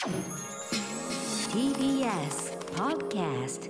TBS Podcast。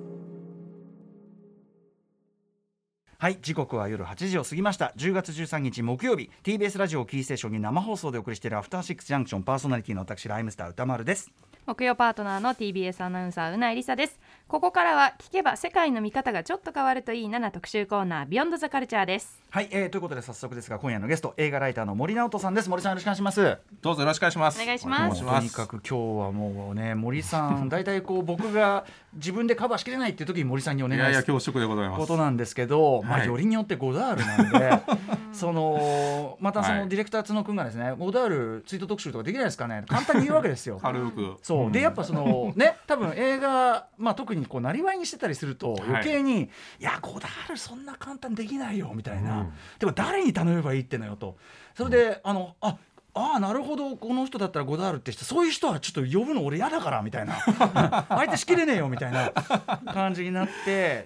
はい、時刻は夜8時を過ぎました。10月13日木曜日、 TBS ラジオキーステーションに生放送でお送りしているアフターシックスジャンクション、パーソナリティの私ライムスター歌丸です。 木曜パートナーの TBS アナウンサーうないりさです。ここからは聞けば世界の見方がちょっと変わるといいなな特集コーナービヨンドザカルチャーです。 はい、ということで早速ですが、今夜のゲスト映画ライターの森直人さんです。森さん、よろしくお願いします。 どうぞよろしくお願いします。 お願いします。 とにかく今日はもうね、森さんだいたいこう僕が自分でカバーしきれないっていう時に森さんにお願いする恐縮でございますことなんですけど、まあ、よりによってゴダールなんでそのまたそのディレクター角君がですね、ゴダールツイート特集とかできないですかね、簡単に言うわけですよ軽く。 そうで、やっぱそのね、多分映画、まあ、特にこうなりわいにしてたりすると余計に、いやゴダールそんな簡単できないよみたいな、でも誰に頼めばいいってのよと、それでなるほど、この人だったらゴダールって人、そういう人はちょっと呼ぶの俺嫌だからみたいな相手しきれねえよみたいな感じになって、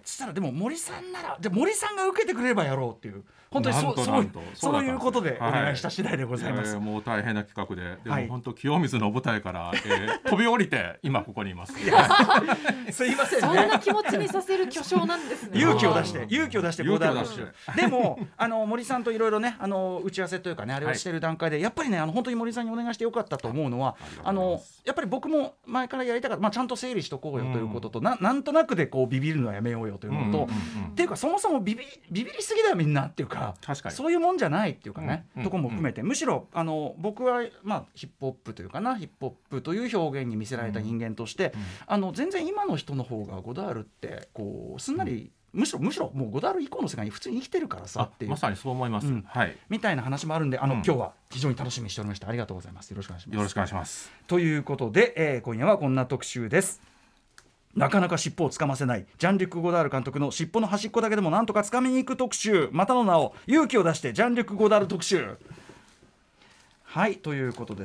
そしたらでも森さんなら、で森さんが受けてくれればやろうっていう、本当にそういうことでお願いした次第でございます。 もう大変な企画で、でも本当清水の舞台から、飛び降りて今ここにいますすいませんね、 そんな気持ちにさせる巨匠なんですね。 勇気を出してゴダールでも森さんといろいろね、打ち合わせというかね、あれをしてる段階で、やっぱりね、本当に森さんにお願いしてよかったと思うのは、やっぱり僕も前からやりたかった、ちゃんと整理しとこうよということと、なんとなくでこうビビるのはやめようよというのと、っていうかそもそもビビりすぎだよみんなっていうか、そういうもんじゃないっていうかね、とこも含めて、むしろ僕はヒップホップというかな、ヒップホップという表現に見せられた人間として、全然今の人の方がゴダールってこうすんなり、むしろもうゴダール以降の世界に普通に生きてるからさっていう、 まさにそう思います、 みたいな話もあるんで、今日は非常に楽しみにしておりました。ありがとうございます。よろしくお願いします。 よろしくお願いします。 ということで、今夜はこんな特集です。なかなか尻尾をつかませないジャンリュック・ゴダール監督の尻尾の端っこだけでもなんとかつかみに行く特集、またの名を勇気を出してジャンリュック・ゴダール特集。はい、ということです。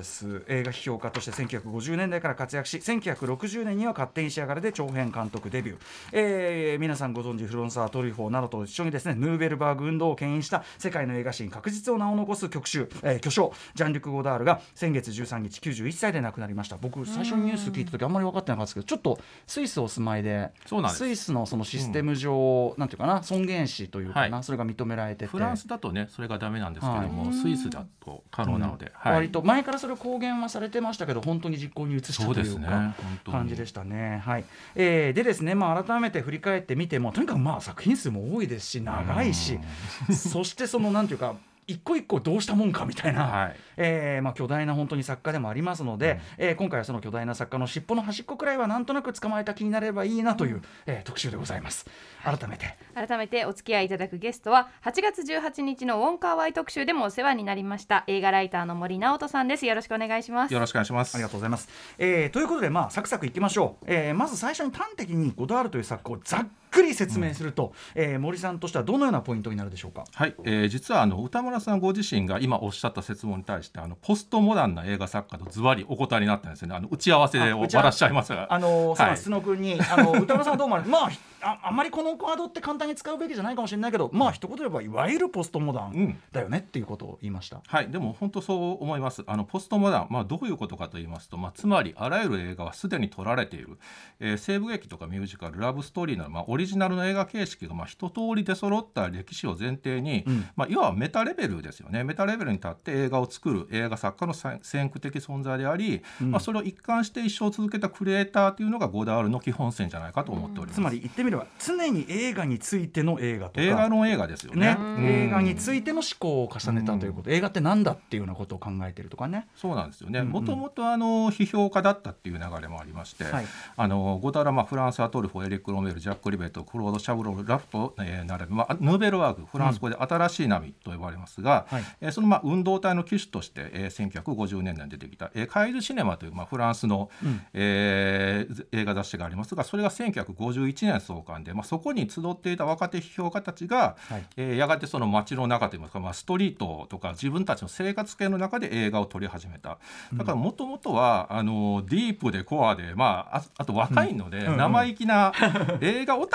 映画批評家として1950年代から活躍し、1960年には勝手に仕上がれで長編監督デビュー、皆さんご存知フロンサー・トリュフォーなどと一緒にですね、ヌーベルバーグ運動を牽引した世界の映画史に確実を名を残す巨匠ジャンリュック・ゴダールが先月13日91歳で亡くなりました。僕最初にニュース聞いた時あんまり分かってなかったんですけど、ちょっとスイスお住まいで、スイスのそのシステム上、なんていうかな、尊厳死というかな、それが認められてて、 フランスだとねそれがダメなんですけども、スイスだと可能なので、 割と前からそれを公言はされてましたけど、本当に実行に移したというか感じでしたね。はい、でですね、改めて振り返ってみても、とにかく作品数も多いですし長いし、そしてそのなんていうか一個一個どうしたもんかみたいな、巨大な本当に作家でもありますので、今回はその巨大な作家の尻尾の端っこくらいはなんとなく捕まえた気になればいいなという、特集でございます。改めてお付き合いいただくゲストは8月18日のウォンカーワイ特集でもお世話になりました映画ライターの森直人さんです。よろしくお願いします。 よろしくお願いします。 ありがとうございます。ということで、サクサクいきましょう。まず最初に端的にゴダールという作家をざっくり説明すると、森さんとしてはどのようなポイントになるでしょうか。 はい、実は歌村さんご自身が今おっしゃった説問に対してポストモダンな映画作家とズバリお答えになったんですよね。打ち合わせで笑っしゃいますが、 須野君に歌村さんはどう思われあんまりこのワードって簡単に使うべきじゃないかもしれないけど、一言で言えばいわゆるポストモダンだよねっていうことを言いました。 はい、でも本当そう思います。ポストモダン、どういうことかと言いますと、つまりあらゆる映画はすでに撮られている、西部劇とかミュージカル、ラブストーリーなど、オリジナルの映画形式が一通り出揃った歴史を前提に、いわばメタレベルですよね。メタレベルに立って映画を作る映画作家の先駆的存在であり、それを一貫して一生続けたクリエイターというのがゴダールの基本線じゃないかと思っております。 つまり言ってみれば常に映画についての映画とか、 映画の映画ですよね。 映画についての思考を重ねたということ、映画ってなんだっていうようなことを考えてるとかね。 そうなんですよね。もともと批評家だったっていう流れもありまして、ゴダールはフランスはトルフォー、エリック・ロメール、ジャック・リベット、クロード・シャブロー、ラフト、並び、ヌーベルワーグ、フランス語で新しい波と呼ばれますが、その運動体の旗手として、1950年代に出てきた、カイル・シネマという、フランスの、映画雑誌がありますが、それが1951年創刊で、そこに集っていた若手批評家たちが、やがてその街の中といいますか、ストリートとか自分たちの生活圏の中で映画を撮り始めた。だからもともとはディープでコアで、あと若いので、生意気な映画オタク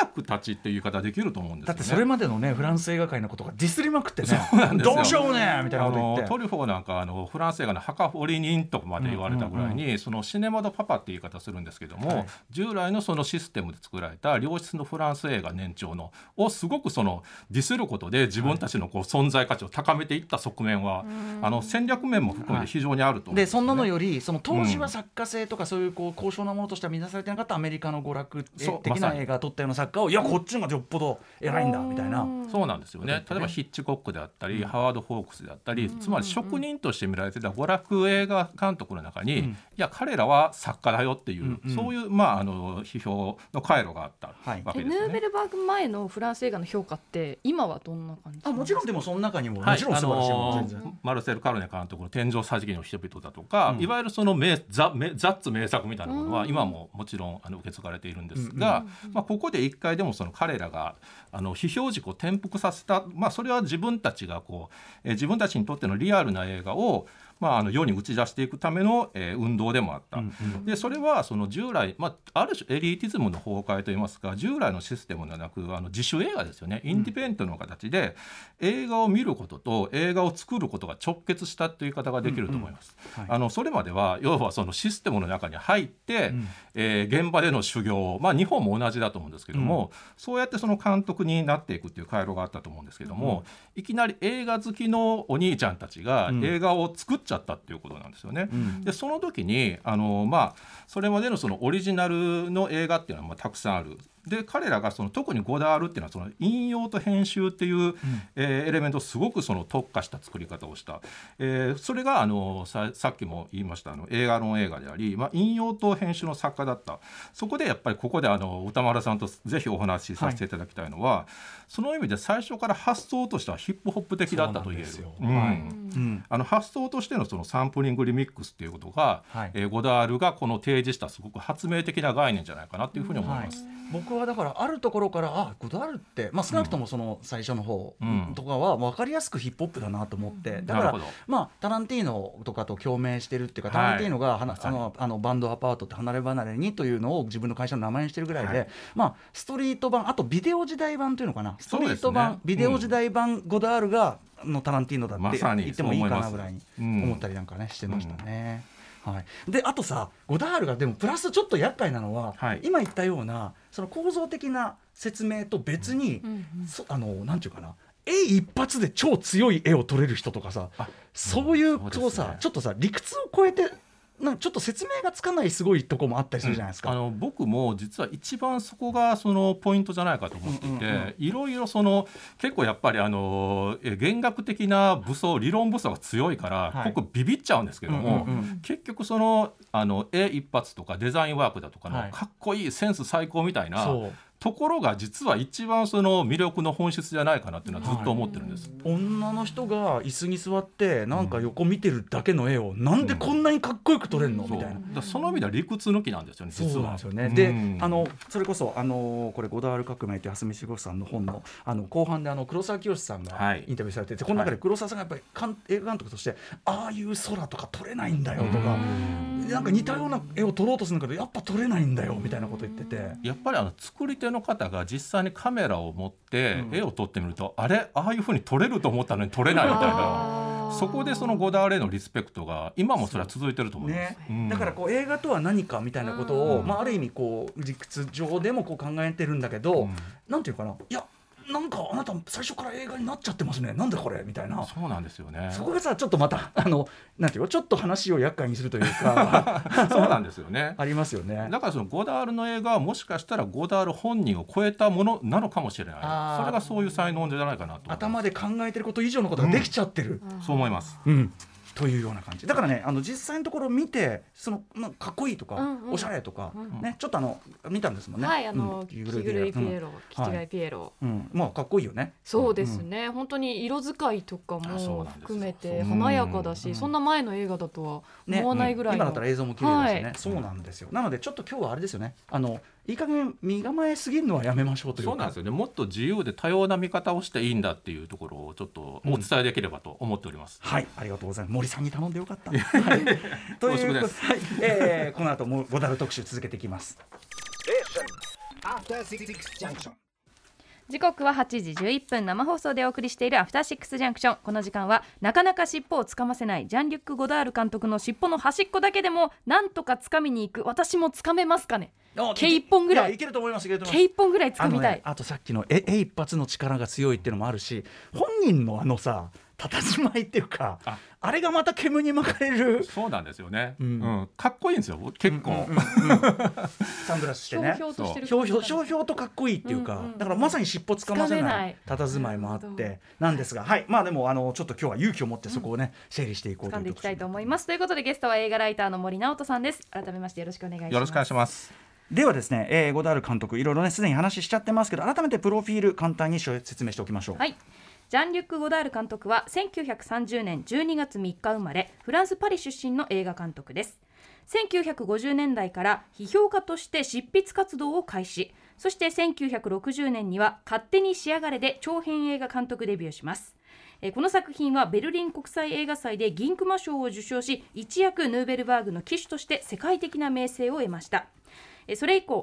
悪たちっていう言い方できると思うんですよね。 だってそれまでのねフランス映画界のことがディスりまくってね、 そうなんですよ。 どうしようもねみたいなこと言って、 トリュフォーなんかフランス映画の墓掘り人とまで言われたぐらいに、そのシネマドパパっていう言い方するんですけども、従来のそのシステムで作られた良質のフランス映画年長のをすごくそのディスることで自分たちのこう存在価値を高めていった側面は、戦略面も含めて非常にあると思うんですよね。 でそんなのよりその当時は作家性とかそういうこう高尚なものとしては見なされてなかったアメリカの娯楽的な映画を撮ったような作家を、いやこっちの方がよっぽど偉いんだみたいな。 そうなんですよね。例えばヒッチコックであったり、ハワード・ホークスであったり、つまり職人として見られてた娯楽映画監督の中に、いや彼らは作家だよっていう、そういう批評の回路があったわけですね。 ヌーベルバーグ前のフランス映画の評価って今はどんな感じですか？ もちろんでもその中にももちろん素晴らしいもの全然、 マルセル・カルネ監督の天井桟敷の人々だとか、いわゆるそのザッツ名作みたいなものは今ももちろん受け継がれているんですが、ここで一回でもその彼らが批評軸を転覆させた、それは自分たちが自分たちにとってのリアルな映画を世に打ち出していくための、運動でもあった、でそれはその従来、ある種エリーティズムの崩壊といいますか、従来のシステムではなく自主映画ですよね。インディペンデントの形で映画を見ることと映画を作ることが直結したという言い方ができると思います。それまでは要はそのシステムの中に入って、現場での修行、日本も同じだと思うんですけども、そうやってその監督になっていくっていう回路があったと思うんですけども、いきなり映画好きのお兄ちゃんたちが映画を作っちゃったっていうことなんですよね。でその時にそれまでのそのオリジナルの映画っていうのはたくさんある。で彼らが特にゴダールっていうのはその引用と編集っていう、エレメントをすごく特化した作り方をした、それがさっきも言いました映画論映画であり、引用と編集の作家だった。そこでやっぱりここで歌丸さんとぜひお話しさせていただきたいのは、その意味で最初から発想としてはヒップホップ的だったと言える。発想としてのそのサンプリングリミックスっていうことが、ゴダールがこの提示したすごく発明的な概念じゃないかなというふうに思います。 僕はだからあるところからゴダールって、少なくともその最初の方とかは分かりやすくヒップホップだなと思って、だからタランティーノとかと共鳴してるっていうか、タランティーノがバンドアパートって離れ離れにというのを自分の会社の名前にしてるぐらいで、ストリート版、あとビデオ時代版というのかな、ストリート版、ビデオ時代版ゴダールがタランティーノだって言ってもいいかなぐらいに思ったりなんかねしてましたね。であとさ、ゴダールがでもプラスちょっと厄介なのは、今言ったようなその構造的な説明と別に、なんていうかな、絵一発で超強い絵を撮れる人とかさ、そういうとさ、ちょっとさ理屈を超えてちょっと説明がつかないすごいとこもあったりするじゃないですか。 僕も実は一番そこがそのポイントじゃないかと思っていて、いろいろ結構やっぱり弦楽的な理論武装が強いから、僕ビビっちゃうんですけども、結局絵一発とかデザインワークだとかのかっこいいセンス最高みたいなところが実は一番その魅力の本質じゃないかなっていうのはずっと思ってるんです。 女の人が椅子に座ってなんか横見てるだけの絵をなんでこんなにかっこよく撮れるの、みたいな。 その意味では理屈抜きなんですよね、実は。 そうなんですよね。でそれこそこれゴダール革命という蓮見茂さんの本の後半で黒沢清さんがインタビューされてて、この中で黒沢さんがやっぱり映画監督としてああいう空とか撮れないんだよとか、なんか似たような絵を撮ろうとするんだけどやっぱ撮れないんだよみたいなこと言ってて、 やっぱり作り手の方が実際にカメラを持って絵を撮ってみると、ああいう風に撮れると思ったのに撮れないみたいな、そこでそのゴダールへのリスペクトが今もそれは続いてると思います、 だから映画とは何かみたいなことを、ある意味理屈上でも考えてるんだけど、なんていうかな、いやなんかあなた最初から映画になっちゃってますね、なんでこれみたいな。 そうなんですよね。 そこがさちょっとまたなんていうの、ちょっと話を厄介にするというかそうなんですよね。 ありますよね。 だからそのゴダールの映画はもしかしたらゴダール本人を超えたものなのかもしれない。それがそういう才能じゃないかなと。 頭で考えてること以上のことができちゃってる、 そう思います、 というような感じだからね、実際のところ見てかっこいいとか、おしゃれとか、ちょっと見たんですもんね。 気狂いピエロ、気違いピエロ、 かっこいいよね。 そうですね、本当に色使いとかも含めて華やかだし、そんな前の映画だとは思わないぐらいの、 今だったら映像も綺麗ですしね。そうなんですよ。なのでちょっと今日はあれですよね、いい加減身構えすぎるのはやめましょうというか。 そうなんですよね。もっと自由で多様な見方をしていいんだっていうところをちょっとお伝えできればと思っております、 はい、ありがとうございます。森さんに頼んでよかった、ということで、この後もゴダール特集続けていきます。 After Six Junction。 時刻は8時11分、生放送でお送りしているアフターシックスジャンクション。この時間はなかなか尻尾をつかませないジャンリュック・ゴダール監督の尻尾の端っこだけでもなんとかつかみに行く。私もつかめますかね。毛一本ぐらい。 いけると思います。毛一本ぐらいつかみたい。 あとさっきの一発の力が強いっていうのもあるし、本人のさ佇まいっていうか、あれがまた煙に巻かれる。 そうなんですよね、かっこいいんですよ結構、 サングラスしてね、 ひょうひょうとしてる、 ひょうひょうとかっこいいっていうか、だからまさに尻尾つかませない佇まいもあってなんですが、はい、まあでもちょっと今日は勇気を持ってそこをね、整理していこうという掴んでいきたいと思います。ということでゲストは映画ライターの森直人さんです。改めましてよろしくお願いします。 よろしくお願いします。 ではですね、ゴダール監督いろいろねすでに話しちゃってますけど、改めてプロフィール簡単に説明しておきましょう。 はい、ジャンリュック・ゴダール監督は1930年12月3日生まれ、フランス・パリ出身の映画監督です。1950年代から批評家として執筆活動を開始。そして1960年には勝手に仕上がれで長編映画監督デビューします。この作品はベルリン国際映画祭で銀熊賞を受賞し、一躍ヌーベルバーグの旗手として世界的な名声を得ました。それ以降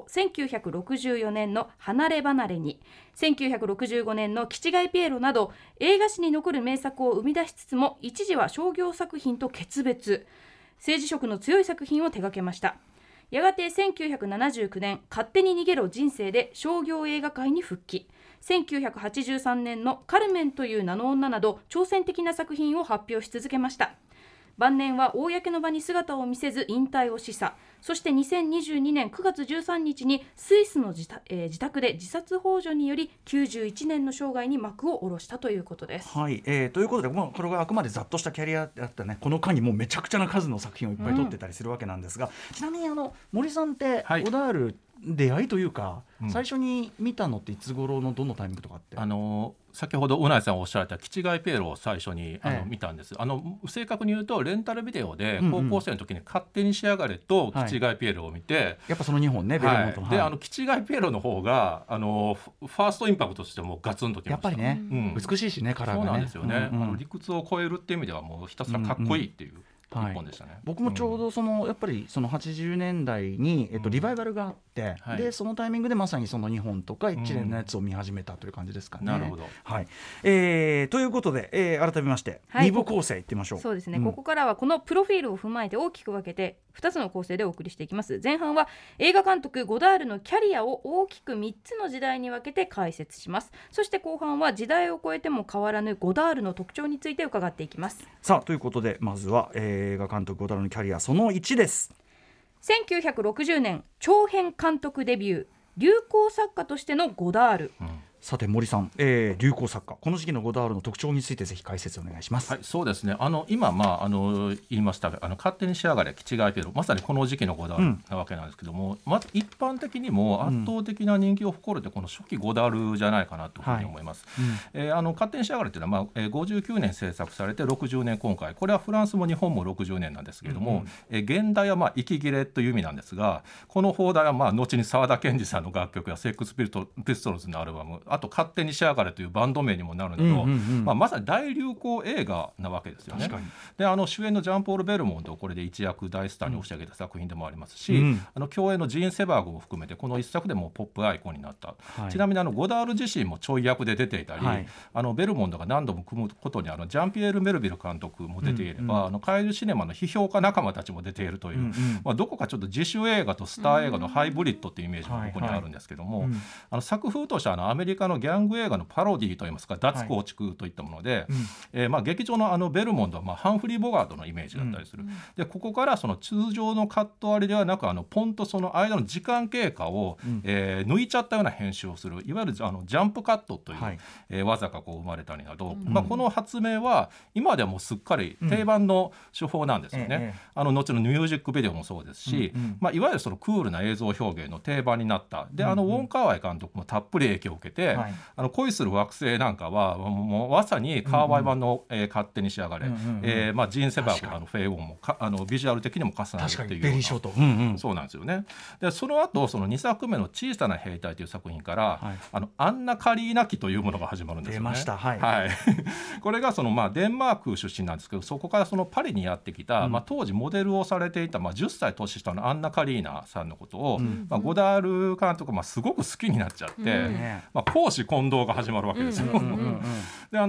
1964年の離れ離れに、1965年のキチガイピエロなど映画史に残る名作を生み出しつつも、一時は商業作品と決別、政治色の強い作品を手掛けました。やがて1979年勝手に逃げろ人生で商業映画界に復帰。1983年のカルメンという名の女など挑戦的な作品を発表し続けました。晩年は公の場に姿を見せず引退を示唆。そして2022年9月13日にスイスの自宅で自殺幇助により91年の生涯に幕を下ろしたということです。 はい、ということで、これがあくまでざっとしたキャリアだったね。この間にもうめちゃくちゃな数の作品をいっぱい撮ってたりするわけなんですが、ちなみに森さんってゴダール出会いというか、最初に見たのっていつ頃のどのタイミングとかって？ 先ほどうないさんおっしゃられたキチガイピエロを最初に見たんです。正確に言うとレンタルビデオで高校生の時に勝手に仕上がれとキチガイピエロを見て、 やっぱその2本ね、ベルモントの、 でキチガイピエロの方がファーストインパクトとしてもガツンときました。 やっぱりね、美しいしね、カラーがね。 そうなんですよね、理屈を超えるっていう意味ではもうひたすらかっこいいっていう、一本でしたね。 僕もちょうどやっぱりその80年代に、リバイバルがあって、でそのタイミングでまさにその2本とか一連のやつを見始めたという感じですかね。 なるほど、 はいということで、改めまして、2部構成いってみましょう。 そうですね、ここからはこのプロフィールを踏まえて大きく分けて2つの構成でお送りしていきます。前半は映画監督ゴダールのキャリアを大きく3つの時代に分けて解説します。そして後半は時代を超えても変わらぬゴダールの特徴について伺っていきます。 さあ、ということでまずは、映画監督ゴダールのキャリアその1です。 1960年長編監督デビュー、流行作家としてのゴダール。 さて森さん、流行作家、この時期のゴダールの特徴についてぜひ解説お願いします。 はい、そうですね、今、言いました勝手に仕上がれキチガイピエロ、まさにこの時期のゴダールなわけなんですけども、まず一般的にも圧倒的な人気を誇るってこの初期ゴダールじゃないかなというふうに思います。勝手に仕上がれっていうのは、59年制作されて60年今回、これはフランスも日本も60年なんですけれども、現代は息切れという意味なんですが、この放題は後に沢田研二さんの楽曲やセックスピストルズのアルバム、あと勝手に仕上がれというバンド名にもなるなど、まさに大流行映画なわけですよね。で主演のジャンポール・ベルモンドをこれで一躍大スターに押し上げた作品でもありますし、共演のジーン・セバーグも含めてこの一作でもポップアイコンになった、ちなみにゴダール自身もちょい役で出ていたり、ベルモンドが何度も組むことにジャンピエール・メルビル監督も出ていれば、カエルシネマの批評家仲間たちも出ているという、どこかちょっと自主映画とスター映画のハイブリッドというイメージがここにあるんですけども、作風としてはアメリカのギャング映画のパロディといいますか脱構築といったもので、劇場のベルモンドはハンフリー・ボガートのイメージだったりする。でここからその通常のカット割りではなくポンとその間の時間経過を、抜いちゃったような編集をする、いわゆるジャンプカットという、技が生まれたりなど、この発明は今ではもうすっかり定番の手法なんですよね。後のミュージックビデオもそうですし、いわゆるそのクールな映像表現の定番になった。でウォン・カーワイ監督もたっぷり影響を受けて、 で、 はい、 恋する惑星なんかはもうまさにカーワイ版の、勝手に仕上がれ、ジーン・セバーグのフェイゴンもビジュアル的にも重なるっていうような、 ベリーショート、 そうなんですよね。でその後その2作目の小さな兵隊という作品から、はい、アンナ・カリーナ期というものが始まるんですよね。 出ました、はいはい、これがその、デンマーク出身なんですけど、そこからそのパリにやってきた、当時モデルをされていた、10歳年下のアンナ・カリーナさんのことを、ゴダール監督がすごく好きになっちゃって、公私混同が始まるわけですよ。で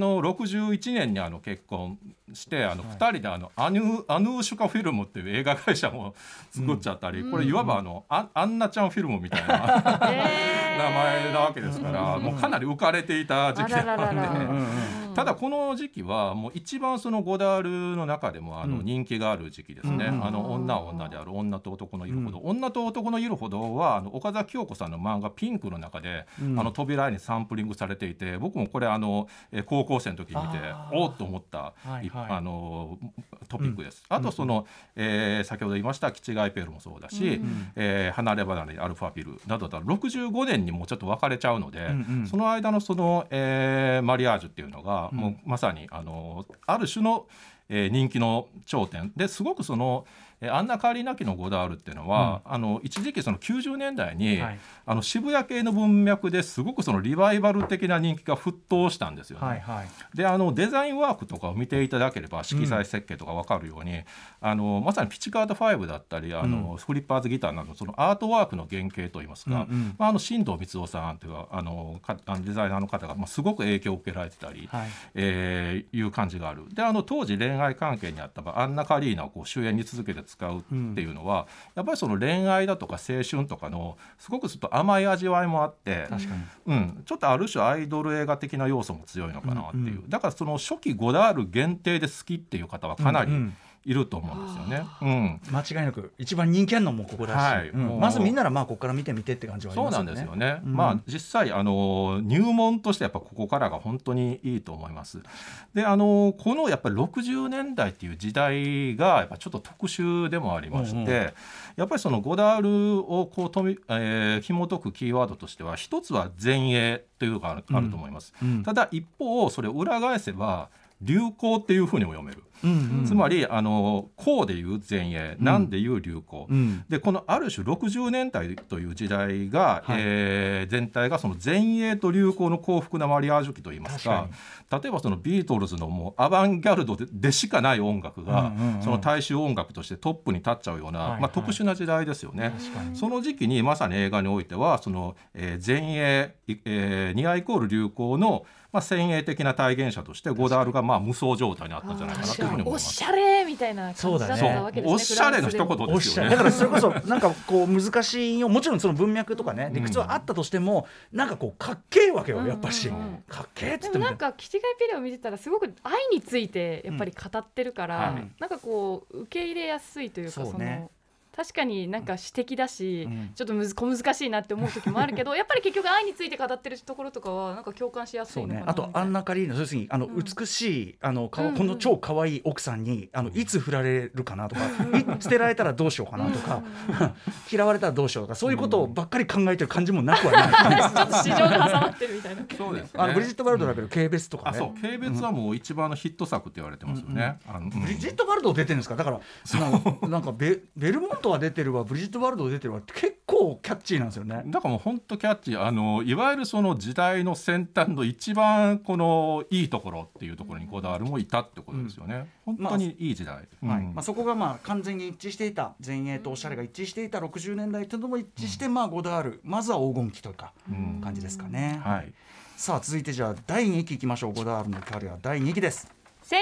61年に結婚して2人でアヌーシュカフィルムっていう映画会社も作っちゃったり、これいわばアンナちゃんフィルムみたいな名前なわけですから、もうかなり浮かれていた時期だったんで、ただこの時期はもう一番そのゴダールの中でも人気がある時期ですね。女は女である女と男のいるほど、女と男のいるほどは岡崎京子さんの漫画ピンクの中で、扉にサンプリングされていて、僕もこれ高校生の時に見ておっと思った、トピックです。あとその、先ほど言いましたキチガイペールもそうだし、離れ離れアルファビルなどだ65年にもうちょっと別れちゃうので、その間のその、マリアージュっていうのが、もうまさにある種の、人気の頂点ですごくそのアンナ・カーリーナ期のゴダールっていうのは、一時期その90年代に、渋谷系の文脈ですごくそのリバイバル的な人気が沸騰したんですよね。でデザインワークとかを見ていただければ色彩設計とか分かるように、まさにピッチカート5だったりフリッパーズギターなどそのアートワークの原型といいますか、新藤光雄さんというデザイナーの方が、すごく影響を受けられてたり、いう感じがある。で当時恋愛関係にあったアンナ・カリーナを主演に続けて使うっていうのは、やっぱりその恋愛だとか青春とかのすごくちょっと甘い味わいもあって、ちょっとある種アイドル映画的な要素も強いのかなっていう、だからその初期ゴダール限定で好きっていう方はかなりいると思うんですよね。 間違いなく一番人気あるのもここだし、まずみんならここから見てみてって感じはありますよね。 そうなんですよね。実際入門としてやっぱここからが本当にいいと思います。でこのやっぱり60年代っていう時代がやっぱちょっと特殊でもありまして、やっぱりそのゴダールをこう紐解くキーワードとしては一つは前衛というのがあると思います。ただ一方それを裏返せば流行っていうふうにも読める。つまりこうでいう前衛、なんでいう流行、でこのある種60年代という時代が、全体がその前衛と流行の幸福なマリアージュ期といいますか、例えばそのビートルズのもうアバンギャルド でしかない音楽が、その大衆音楽としてトップに立っちゃうような、特殊な時代ですよね。その時期にまさに映画においてはその、前衛、ニアイコール流行の先鋭的な体現者としてゴダールが無双状態にあったんじゃないかなというふうに思います。 おしゃれみたいな感じだったわけですね。 おしゃれの一言ですよね。 だからそれこそなんかこう難しいよ、もちろんその文脈とかね理屈はあったとしても、なんかこうかっけえわけよやっぱし、かっけえっつっても。 でもなんかキチガイペレを見てたらすごく愛についてやっぱり語ってるから、なんかこう受け入れやすいというか、その確かになんか詩的だし、ちょっと小難しいなって思う時もあるけどやっぱり結局愛について語ってるところとかはなんか共感しやすいのかな。 あとアンナ・カリーナ、要するに美しいこの超可愛い奥さんにいつ振られるかなとか、捨てられたらどうしようかなとか嫌われたらどうしようとか、そういうことばっかり考えてる感じもなくはないちょっと市場が挟まってるみたいな。 そうですね。 ブリジット・バルドだけど軽蔑とかね。 軽蔑はもう一番のヒット作って言われてますよね。 ブリジット・バルド出てるんですか。だからなんかベルモントは出てるわ、ブリジット・バルド出てるわって結構キャッチーなんですよね。 だからもう本当キャッチー、いわゆるその時代の先端の一番このいいところっていうところにゴダールもいたってことですよね。本当にいい時代。 そこが完全に一致していた、前衛とおしゃれが一致していた60年代というのも一致して、ゴダールまずは黄金期というか感じですかね。さあ続いてじゃあ第2期いきましょう。ゴダールのキャリア第2期です。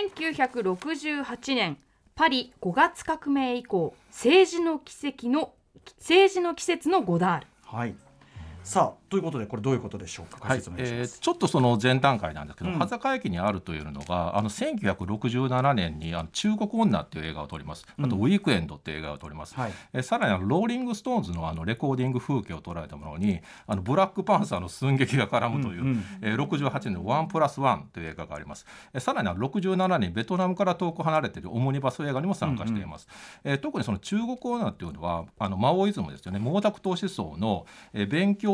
1968年パリ5月革命以降、政治の季節のゴダール。 さあということでこれどういうことでしょうか。解説お願いします。 ちょっとその前段階なんですけど、羽坂駅にあるというのが1967年に中国女っていう映画を撮ります。あとウィークエンドっていう映画を撮ります。さらにローリングストーンズのレコーディング風景を捉えたものにブラックパンサーの寸劇が絡むという、68年の1+1という映画があります。さらに67年ベトナムから遠く離れているオムニバス映画にも参加しています。特にその中国女っていうのはマオイズムですよね。毛沢東思想の勉強をするた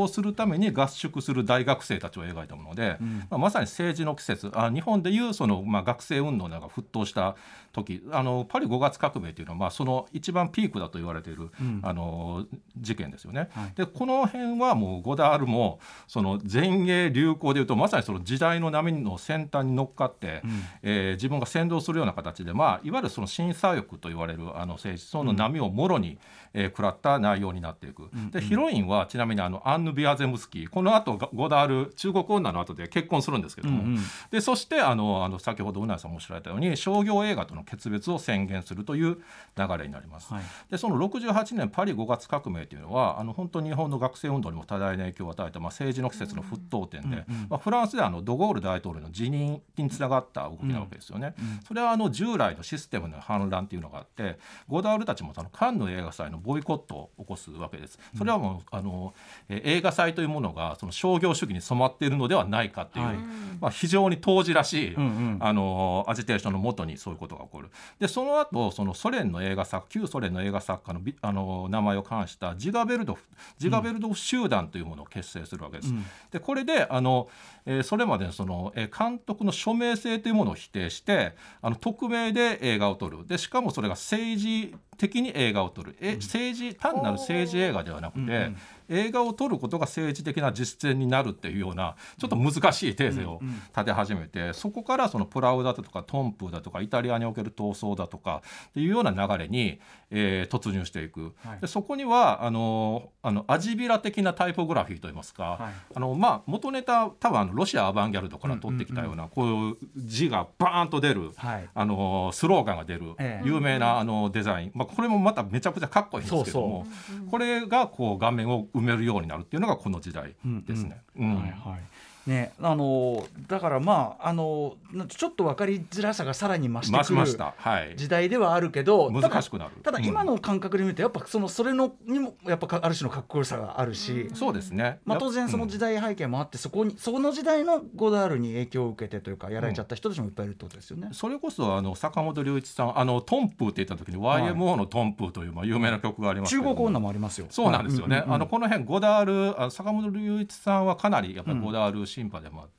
ために合宿する大学生たちを描いたもので、まさに政治の季節、日本でいうその、学生運動が沸騰した時、パリ5月革命というのは、その一番ピークだと言われている、事件ですよね、でこの辺はもうゴダールもその前衛流行でいうとまさにその時代の波の先端に乗っかって、自分が先導するような形で、いわゆるその新左翼と言われる政治その波をもろに、食らった内容になっていく。でヒロインはちなみにアンヌ・ビアゼムスキー、この後ゴダール中国女の後で結婚するんですけども、でそして先ほどうなぎさんもおっしゃられたように商業映画との決別を宣言するという流れになります、でその68年パリ5月革命というのは本当に日本の学生運動にも多大な影響を与えた、政治の季節の沸騰点で、フランスではドゴール大統領の辞任につながった動きなわけですよね、それは従来のシステムの反乱というのがあって、ゴダールたちもカンヌ映画祭のボイコットを起こすわけです。それはもう映画祭というものがその商業主義に染まっているのではないかという、非常に当時らしい、アジテーションのもとにそういうことが起こる。でその後そのソ連の映画作旧ソ連の映画作家の、名前を冠したジガベルドフ集団というものを結成するわけです、でこれでそれまでのその監督の署名性というものを否定して匿名で映画を撮る。でしかもそれが政治的に映画を撮る、単なる政治映画ではなくて、映画を撮ることが政治的な実践になるっていうようなちょっと難しいテーゼを立て始めて、そこからそのプラウだとかトンプだとかイタリアにおける闘争だとかっていうような流れに、突入していく、でそこにはアジビラ的なタイポグラフィーといいますか、元ネタ多分ロシアアバンギャルドから取ってきたような、こういう字がバーンと出る、スローガンが出る、有名なデザイン、これもまためちゃくちゃかっこいいんですけども、これがこう画面を埋めるようになるっていうのがこの時代ですね。 ね、だからちょっと分かりづらさがさらに増してくる時代ではあるけど、 難しくなる。 ただ今の感覚で見るとやっぱそれのにもやっぱある種のかっこよさがあるし、 そうですね、 当然その時代背景もあって、その時代のゴダールに影響を受けてというかやられちゃった人たちもいっぱいいるってことですよね。 それこそ坂本龍一さんトンプーって言った時に YMO のトンプーという有名な曲がありますけど、 中国女もありますよ。 そうなんですよね、この辺ゴダール坂本龍一さんはかなりやっぱりゴダールシンパでもあって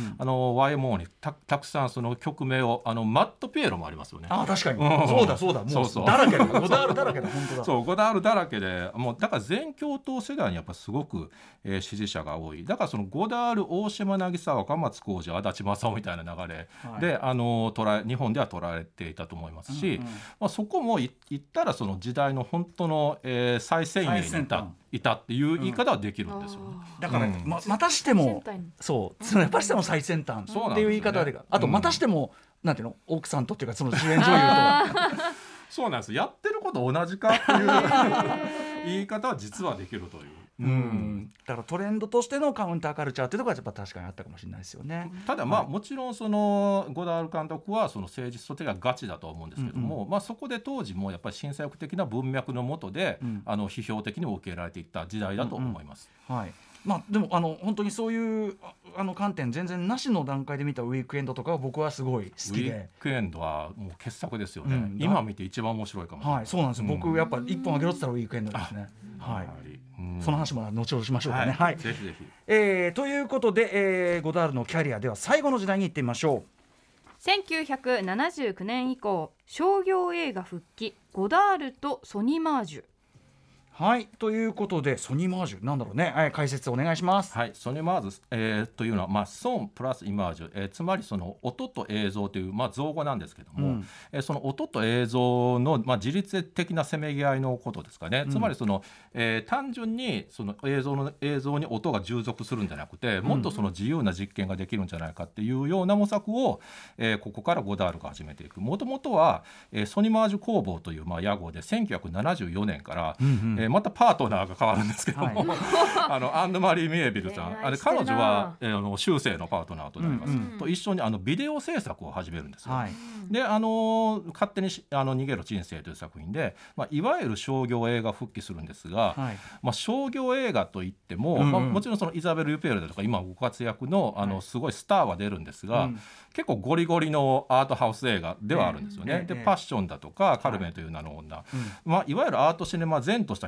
、YMO にたくさんその曲名をマットピエロもありますよね。 確かに、そうだもうだらけだ、ゴダールだらけだ、本当だ。 そうゴダールだらけで、もうだから全共闘世代にやっぱすごく、支持者が多い。だからそのゴダール、大島渚、若松浩二、足立正夫みたいな流れで、日本では捉えていたと思いますし、そこも言ったらその時代の本当の、最先鋭にいたっていう言い方はできるんですよね。 だから、またしてもやっぱりしても最先端っていう言い方はでか、あとまたしてもなんていうの、奥さんとっていうかその主演女優とそうなんです。やってること同じかっていう言い方は実はできるという。 だからトレンドとしてのカウンターカルチャーっていうところはやっぱ確かにあったかもしれないですよね。 ただもちろんそのゴダール監督はその政治的がガチだと思うんですけども、そこで当時もやっぱり新左翼的な文脈の下で、批評的にも受け入れられていった時代だと思います。 でも本当にそういう観点全然なしの段階で見たウィークエンドとかは僕はすごい好きで、 ウィークエンドはもう傑作ですよね、今見て一番面白いかもしれない。 そうなんですよ、僕やっぱ一本あげろって言ったらウィークエンドですね。その話も後ほどしましょうかね。 ぜひぜひ。 ということで、ゴダールのキャリアでは最後の時代に行ってみましょう。 1979年以降商業映画復帰、ゴダールとソニマージュ。 ということでソニマージュなんだろうね、解説お願いします。 ソニマージュ、というのは、ソンプラスイマージュ、つまりその音と映像という、造語なんですけども、その音と映像の、自律的なせめぎ合いのことですかね。つまりその、単純にその映像に音が従属するんじゃなくて、もっとその自由な実験ができるんじゃないかっていうような模索を、ここからゴダールが始めていく。もともとは、ソニマージュ工房という屋号で1974年から、またパートナーが変わるんですけども、アンヌ・マリー・ミエビルさん、彼女は終生のパートナーとなります、と一緒にビデオ制作を始めるんですよ。で勝手に逃げろ人生という作品で、いわゆる商業映画復帰するんですが、商業映画といっても、もちろんそのイザベル・ユペールだとか今ご活躍の、すごいスターは出るんですが、結構ゴリゴリのアートハウス映画ではあるんですよね。でパッションだとかカルメンという名の女、いわゆるアートシネマ前とした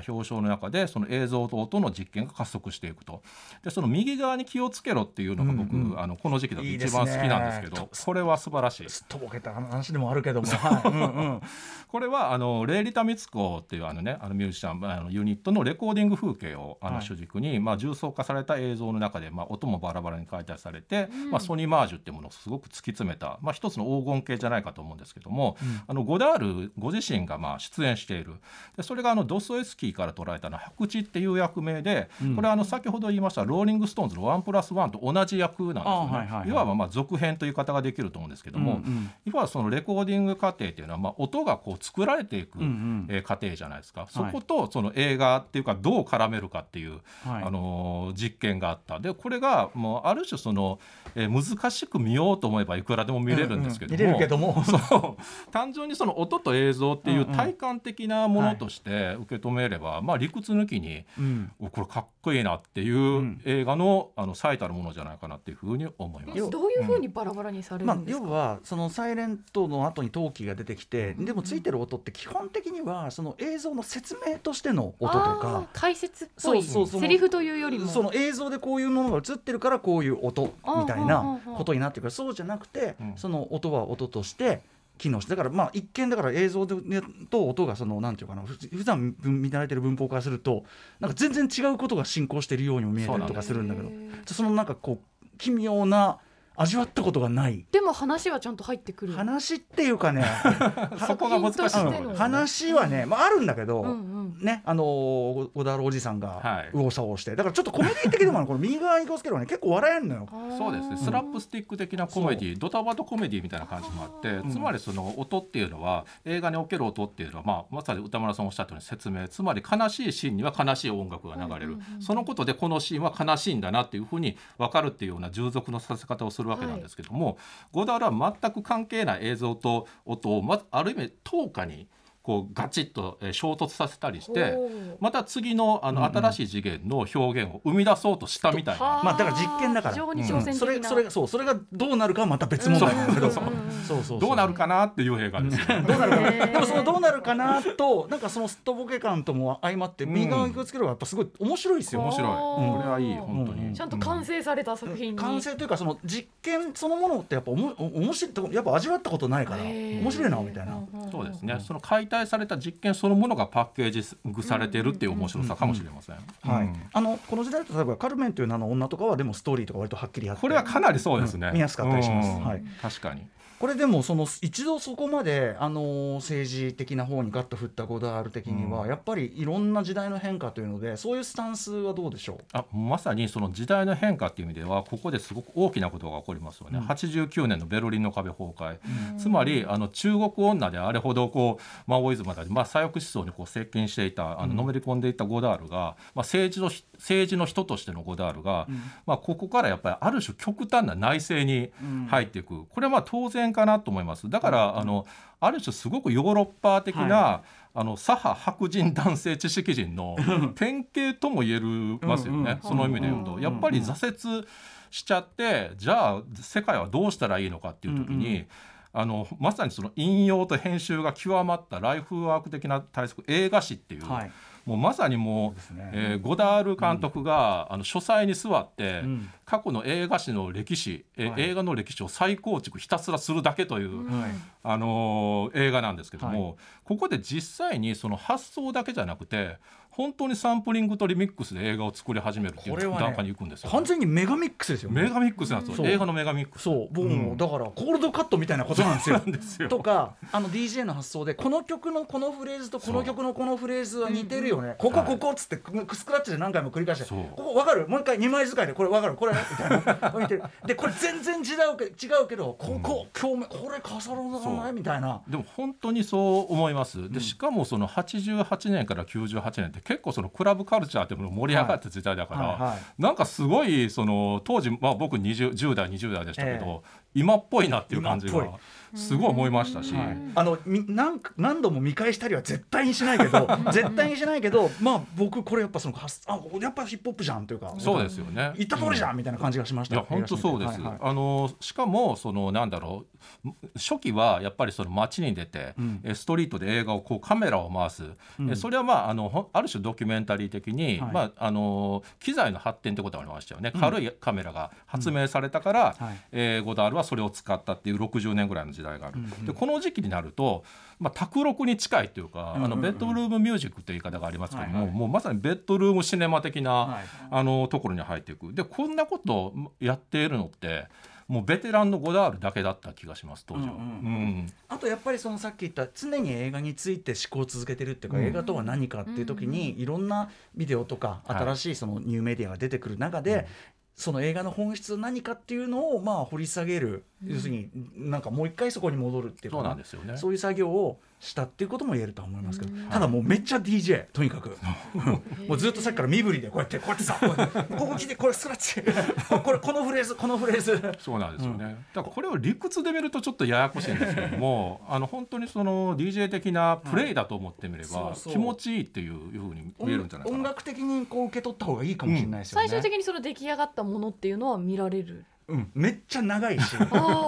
表彰の中でその映像と音の実験が加速していくと。でその右側に気をつけろっていうのが僕、この時期だと一番好きなんですけど、これは素晴らしい。 すっとぼけた話でもあるけども、はい、 これはレイリタ・ミツコっていうミュージシャンユニットのレコーディング風景を主軸に、重層化された映像の中で、音もバラバラに解体されて、ソニーマージュっていうものをすごく突き詰めた、一つの黄金系じゃないかと思うんですけども、ゴダールご自身が出演している。でそれがドストエフスキーから捉えた白痴っていう役名で、これは先ほど言いましたローリングストーンズの1+1と同じ役なんですよね。いわば続編という言い方ができると思うんですけども、いわばそのレコーディング過程っていうのは、音がこう作られていく過程じゃないですか。そことその映画っていうかどう絡めるかっていう、実験があった。でこれがもうある種その、難しく見ようと思えばいくらでも見れるんですけども、 見れるけどもそう単純にその音と映像っていう体感的なものとして受け止めれば、理屈抜きに、これかっこいいなっていう映画の、最たるものじゃないかなっていうふうに思います。 どういうふうにバラバラにされるんですか？ 要はそのサイレントの後にトーキーが出てきて、でもついてる音って基本的にはその映像の説明としての音とか解説っぽいセリフというよりもその映像でこういうものが映ってるからこういう音みたいなことになってるから、そうじゃなくて、その音は音として機能して、だから一見だから映像でと音がそのなんていうかな、普段見慣れてる文法からするとなんか全然違うことが進行しているようにも見えたりとかするんだけど、そのなんかこう奇妙な味わったことがない。 でも話はちゃんと入ってくる。 話っていうかねそこが難しい。 話はね、あるんだけど、ね、ゴダールおじさんが右往左往して、だからちょっとコメディ的でもこの右側に気をつけるのはね結構笑えるのよ。 そうですね、スラップスティック的なコメディ、ドタバタコメディみたいな感じもあって、つまりその音っていうのは映画における音っていうのは、まさに歌丸さんおっしゃったように説明、つまり悲しいシーンには悲しい音楽が流れる、そのことでこのシーンは悲しいんだなっていうふうに分かるっていうような従属のさせ方をするわけなんですけども、ゴダールは全く関係ない映像と音をある意味等価にこうガチッと衝突させたりして、また次の新しい次元の表現を生み出そうとしたみたいな、 だから実験だから、 非常に挑戦的な、 それがどうなるかはまた別問題なんだけど、 どうなるかなっていう映画ですよどうなるかな。でもそのどうなるかなとなんかそのすっとぼけ感とも相まって右側に気をつけるのがやっぱすごい面白いですよ。 面白い、これはいい、本当にちゃんと完成された作品に、 完成というかその実験そのものってやっぱ面白い、やっぱ味わったことないから面白いなみたいな。 そうですね、その解体された実験そのものがパッケージされているっていう面白さかもしれません。 この時代だと例えばカルメンという名の女とかはでもストーリーとか割とはっきりあって、 これはかなりそうですね、 見やすかったりします。 確かにこれでもその一度そこまで政治的な方にガッと振ったゴダール的には、やっぱりいろんな時代の変化というのでそういうスタンスはどうでしょう。 まさにその時代の変化という意味ではここですごく大きなことが起こりますよね。89年のベルリンの壁崩壊、つまり中国女であれほどこうマオイズムだったり、左翼思想にこう接近していたのめり込んでいたゴダールが、政治の人としてのゴダールが、ここからやっぱりある種極端な内政に入っていく、これは当然かなと思います。だからある種すごくヨーロッパ的な、左派白人男性知識人の典型とも言えますよね。その意味で言うとやっぱり挫折しちゃって、じゃあ世界はどうしたらいいのかっていう時に、まさにその引用と編集が極まったライフワーク的な対策映画史っていう、もうまさにもう、ゴダール監督が書斎に座って、過去の映画史の歴史、映画の歴史を再構築ひたすらするだけという、映画なんですけども、ここで実際にその発想だけじゃなくて本当にサンプリングとリミックスで映画を作り始めるっていう段階に行くんですよ。 完全にメガミックスですよね。 メガミックスなんですよ、映画のメガミックス。 僕もだからコールドカットみたいなことなんですよ。とかDJ の発想でこの曲のこのフレーズとこの曲のこのフレーズは似てるよね、ここっつってスクラッチで何回も繰り返して、ここ分かる、もう一回2枚使いでこれ分かる、これみたいなでこれ全然違うけどこれ重ならないみたいな。 でも本当にそう思います。でしかもその88年から98年って結構そのクラブカルチャーってもの盛り上がった時代だから、なんかすごいその当時、僕10代20代でしたけど、今っぽいなっていう感じがすごい思いましたし、 何度も見返したりは絶対にしないけど僕これやっぱやっぱヒップホップじゃんというか、 そうですよね、 言った通りじゃんみたいな感じがしました。 いや本当そうです。しかもそのなんだろう、初期はやっぱりその街に出て、ストリートで映画をこうカメラを回す、それはある種種ドキュメンタリー的に、機材の発展ってことがありましたよね。軽いカメラが発明されたから、ゴダールはそれを使ったっていう60年ぐらいの時代がある。でこの時期になると、卓録に近いというか、ベッドルームミュージックという言い方がありますけども、もうまさにベッドルームシネマ的な、ところに入っていく。でこんなことをやっているのってもうベテランのゴダールだけだった気がします当時は。 あとやっぱりそのさっき言った常に映画について思考を続けてるっていうか、映画とは何かっていう時にいろんなビデオとか新しいそのニューメディアが出てくる中で、その映画の本質何かっていうのを掘り下げる、要するになんかもう一回そこに戻るっていうか、 そうなんですよね。 そういう作業をしたっていうことも言えるとは思いますけど、ただもうめっちゃ DJ とにかくもうずっとさっきから身振りでこうやってさここ来てこれスクラッチこのフレーズそうなんですよね。だからこれを理屈で見るとちょっとややこしいんですけども本当にその DJ 的なプレイだと思ってみれば、気持ちいいっていうふうに見えるんじゃないかな。 音楽的にこう受け取った方がいいかもしれないですよね。 最終的にその出来上がったものっていうのは見られる。 めっちゃ長いし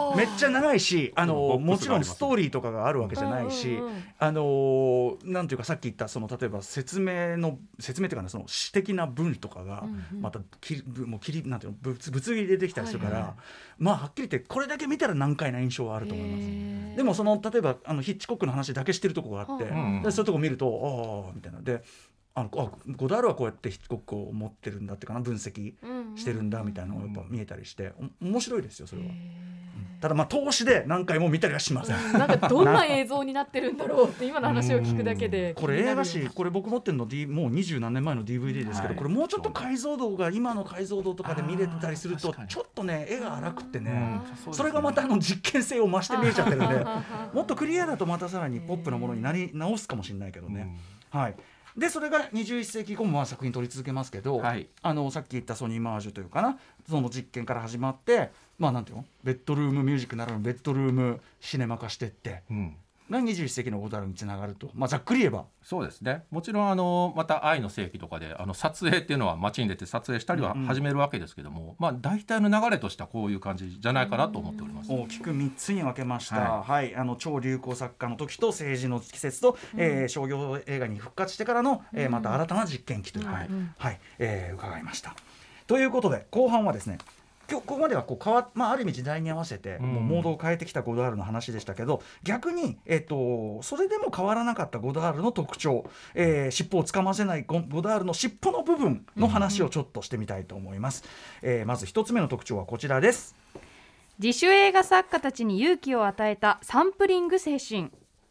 もちろんストーリーとかがあるわけじゃないし、なんていうかさっき言ったその例えば説明っていうかな、その詩的な文とかがまたもうなんていうのぶつ切り出てきたりするから、はっきり言ってこれだけ見たら難解な印象はあると思います。でもその例えばヒッチコックの話だけしてるとこがあって、でそういうとこ見るとみたいなで。ゴダールはこうやってヒッチコックを持ってるんだってかな、分析してるんだみたいなのがやっぱ見えたりして面白いですよそれは。ただ投資で何回も見たりはしません。 なんかどんな映像になってるんだろうって今の話を聞くだけでこれ映画史、これ僕持ってるの、もう20何年前の DVD ですけど、これもうちょっと解像度が今の解像度とかで見れたりするとちょっとね絵が荒くってね、それがまた実験性を増して見えちゃってるんでもっとクリアだとまたさらにポップなものになり直すかもしれないけどね。でそれが21世紀以降も作品撮り続けますけど、さっき言ったソニーマージュというかな、その実験から始まってなんていうのベッドルームミュージックならぬベッドルームシネマ化してって、が21世紀のゴダールにつながると、ざっくり言えばそうですね。もちろんまた愛の世紀とかで撮影っていうのは街に出て撮影したりは始めるわけですけども、大体の流れとしてはこういう感じじゃないかなと思っております。 大きく3つに分けました。超流行作家の時と政治の季節と、商業映画に復活してからの、また新たな実験期という、伺いました。ということで後半はですね、今日ここまではある意味時代に合わせてもうモードを変えてきたゴダールの話でしたけど、逆に、それでも変わらなかったゴダールの特徴、尻尾をつかませないゴダールの尻尾の部分の話をちょっとしてみたいと思います。まず一つ目の特徴はこちらです。 自主映画作家たちに勇気を与えたサンプリング精神。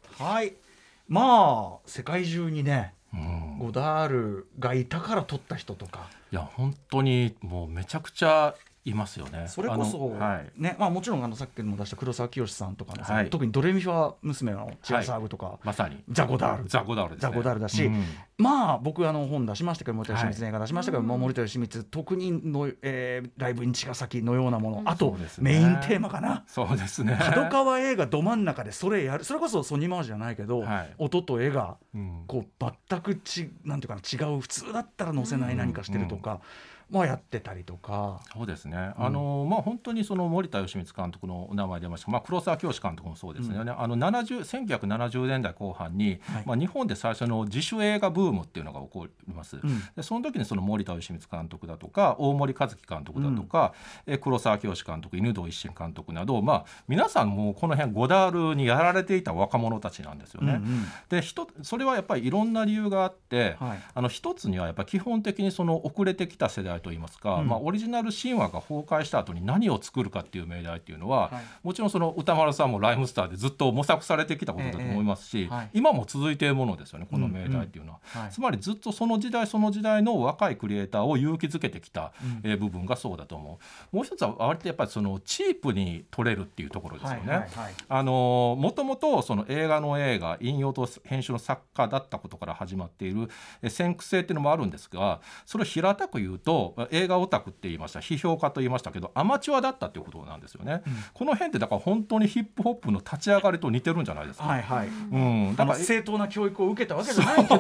世界中にね、ゴダールがいたから撮った人とか、 いや本当にもうめちゃくちゃいますよね。 それこそもちろんさっきも出した黒沢清さんとかの特にドレミファ娘のチアサーグとか、 まさにザ・ゴダールですね。 ザ・ゴダールだし、僕本出しましたけど森田芳光の映画出しましたけど、森田芳光特にの、ライブに茅ヶ崎のようなもの、あとメインテーマかな、 そうですね、 角川映画ど真ん中でそれやる、それこそソニーマージュじゃないけど、音と絵がこう全くなんていうかな、違う普通だったら載せない何かしてるとか、やってたりとか。 そうですね、本当にその森田芳光監督のお名前出ました、黒沢清監督もそうですね、1970年代後半に、日本で最初の自主映画ブームっていうのが起こります。でその時にその森田芳光監督だとか大森和樹監督だとか、黒沢清監督、犬童一心監督など、皆さんもうこの辺ゴダールにやられていた若者たちなんですよね。でそれはやっぱりいろんな理由があって、一つにはやっぱり基本的にその遅れてきた世代といいますか、オリジナル神話が崩壊した後に何を作るかっていう命題っていうのは、もちろんその歌丸さんもライムスターでずっと模索されてきたことだと思いますし、今も続いているものですよね、この命題っていうのは。つまりずっとその時代その時代の若いクリエイターを勇気づけてきた、部分がそうだと思う。もう一つは割とやっぱりそのチープに撮れるっていうところですよね。もともとその映画引用と編集の作家だったことから始まっている先駆性っていうのもあるんですが、それを平たく言うと映画オタクって言いました、批評家と言いましたけどアマチュアだったっていうことなんですよね。この辺ってだから本当にヒップホップの立ち上がりと似てるんじゃないですか。 だから正当な教育を受けたわけじゃないけども、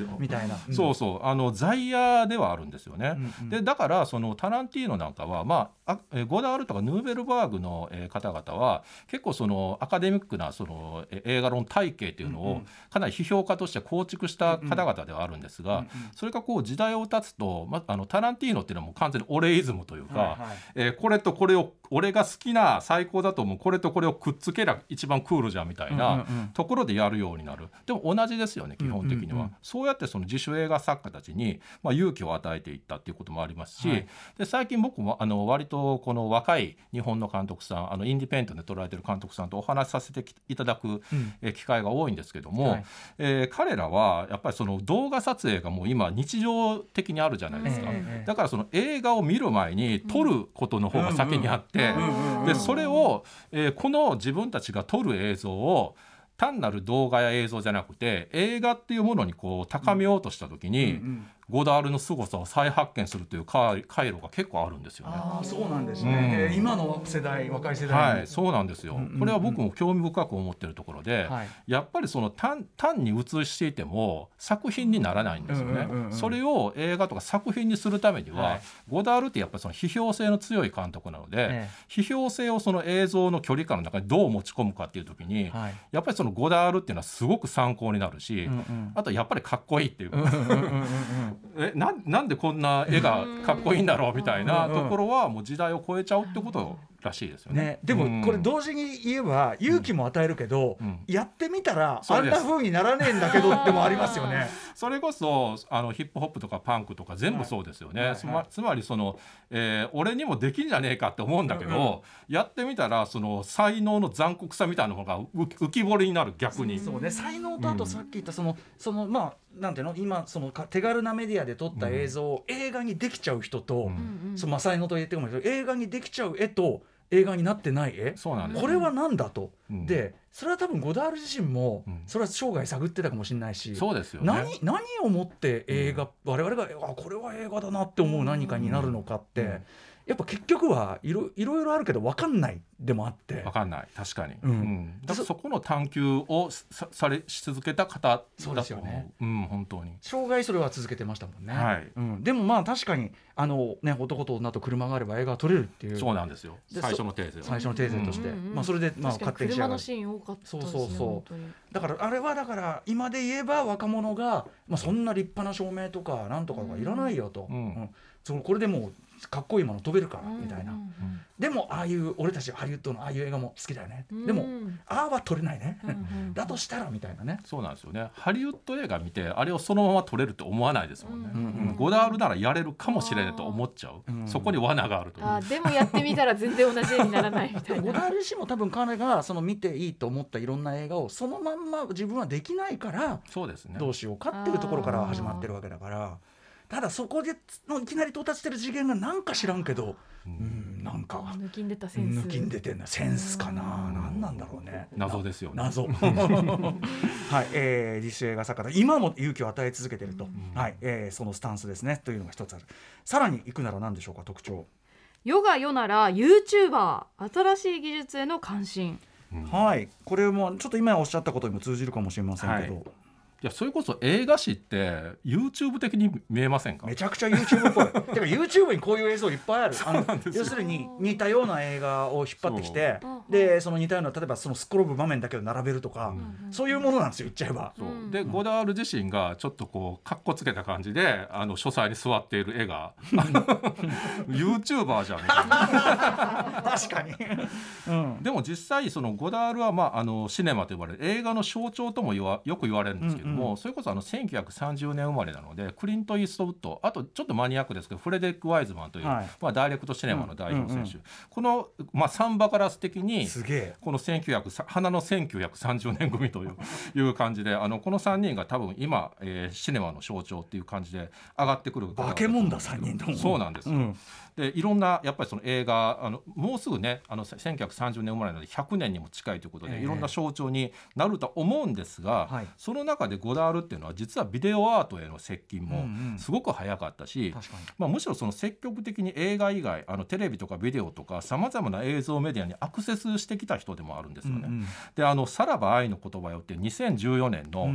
よみたいな、 そうそう在野ではあるんですよね、でだからそのタランティーノなんかは、ゴダールとかヌーベルバーグの方々は結構そのアカデミックなその映画論体系というのをかなり批評家として構築した方々ではあるんですが、それがこう時代を経つと、タランティーノっていうのはもう完全にオレイズムというか、これとこれを俺が好きな最高だと思うこれとこれをくっつけりゃ一番クールじゃんみたいなところでやるようになる。でも同じですよね基本的には、そうやってその自主映画作家たちに勇気を与えていったっていうこともありますし、で最近僕も割とこの若い日本の監督さんインディペンデントで捉えてる監督さんとお話しさせていただく機会が多いんですけども、彼らはやっぱりその動画撮影がもう今日常的にあるじゃないですか、だからその映画を見る前に撮ることの方が先にあって、でそれを、この自分たちが撮る映像を単なる動画や映像じゃなくて映画っていうものにこう高めようとした時に、ゴダールの凄さを再発見するという回路が結構あるんですよね。 そうなんですね、今の世代若い世代に、 そうなんですよ、これは僕も興味深く思っているところで、やっぱりその単に映していても作品にならないんですよね、それを映画とか作品にするためには、ゴダールってやっぱりその批評性の強い監督なので、批評性をその映像の距離感の中にどう持ち込むかっていう時に、やっぱりそのゴダールっていうのはすごく参考になるし、あとやっぱりかっこいいっていうなんでこんな絵がかっこいいんだろうみたいなところはもう時代を超えちゃうってことらしいですよね。 でもこれ同時に言えば勇気も与えるけど、やってみたらあんな風にならねえんだけどってもありますよね。 それこそヒップホップとかパンクとか全部そうですよね、つまりその、俺にもできんじゃねえかって思うんだけど、やってみたらその才能の残酷さみたいなのが浮き彫りになる。逆にそうね、才能とあとさっき言ったそのなんていうの今その手軽なメディアで撮った映像を映画にできちゃう人と、才能と言ってもいいけど映画にできちゃう絵と映画になってない絵、これはなんだと、でそれは多分ゴダール自身もそれは生涯探ってたかもしれないし、 そうですよね、 何をもって映画、我々がこれは映画だなって思う何かになるのかって、やっぱ結局はいろいろあるけど分かんないでもあって、 分かんない、確かに、だからそこの探求をし続けた方だと思う。そうですよね、本当に生涯それは続けてましたもんね、でも確かに男と女と車があれば映画が撮れるっていう、 そうなんですよ、最初のテーゼとして、それで勝手に車のシーン多かったですね。 そうだからあれはだから今で言えば若者が、そんな立派な照明とかなんとかがいらないよと、これでもうかっこいいもの飛べるからみたいな、でもああいう俺たちハリウッドのああいう映画も好きだよね、でもああは撮れないね、だとしたらみたいなね。 そうなんですよね、ハリウッド映画見てあれをそのまま撮れると思わないですもんね、ゴダールならやれるかもしれないと思っちゃう、そこに罠があるという。 でもやってみたら全然同じ絵にならないみたいな。 ゴダール自身も多分彼がその見ていいと思ったいろんな映画をそのまんま自分はできないから、 そうですね、 どうしようかっていうところから始まってるわけだから、ただそこでいきなり到達してる次元がなんか知らんけど、なんか抜きんでたセンス、 抜きんでてんなセンスかな、なんなんだろうね、 謎ですよね、 謎はい、自主映画作家で今も勇気を与え続けていると、そのスタンスですねというのが一つある。さらに行くなら何でしょうか、特徴。 世が世なら YouTuber 新しい技術への関心、 これもちょっと今おっしゃったことにも通じるかもしれませんけど、 いやそれこそ映画史って YouTube 的に見えませんか。 めちゃくちゃ YouTube っぽいだから YouTube にこういう映像いっぱいある。要するに似たような映画を引っ張ってきて、でその似たような例えばそのスクロール場面だけを並べるとか、そういうものなんですよ言っちゃえば。 でゴダール自身がちょっとこうカッコつけた感じで書斎に座っている絵がYouTuber じゃんみたいな確かに、 でも実際そのゴダールは、シネマと呼ばれる映画の象徴ともよく言われるんですけど、それこそ1930年生まれなのでクリント・イーストウッド、あとちょっとマニアックですけどフレデリック・ワイズマンという、ダイレクトシネマの代表選手、この、サンバカラス的にこの花の1930年組という感じでこの3人が多分今、シネマの象徴っていう感じで上がってくる。 化け物だ3人とも。 そうなんです、でいろんなやっぱりその映画もうすぐね1930年生まれなので100年にも近いということで、いろんな象徴になると思うんですが、その中ででゴダールっていうのは実はビデオアートへの接近もすごく早かったし、むしろその積極的に映画以外テレビとかビデオとかさまざまな映像メディアにアクセスしてきた人でもあるんですよね。でさらば愛の言葉よって2014年の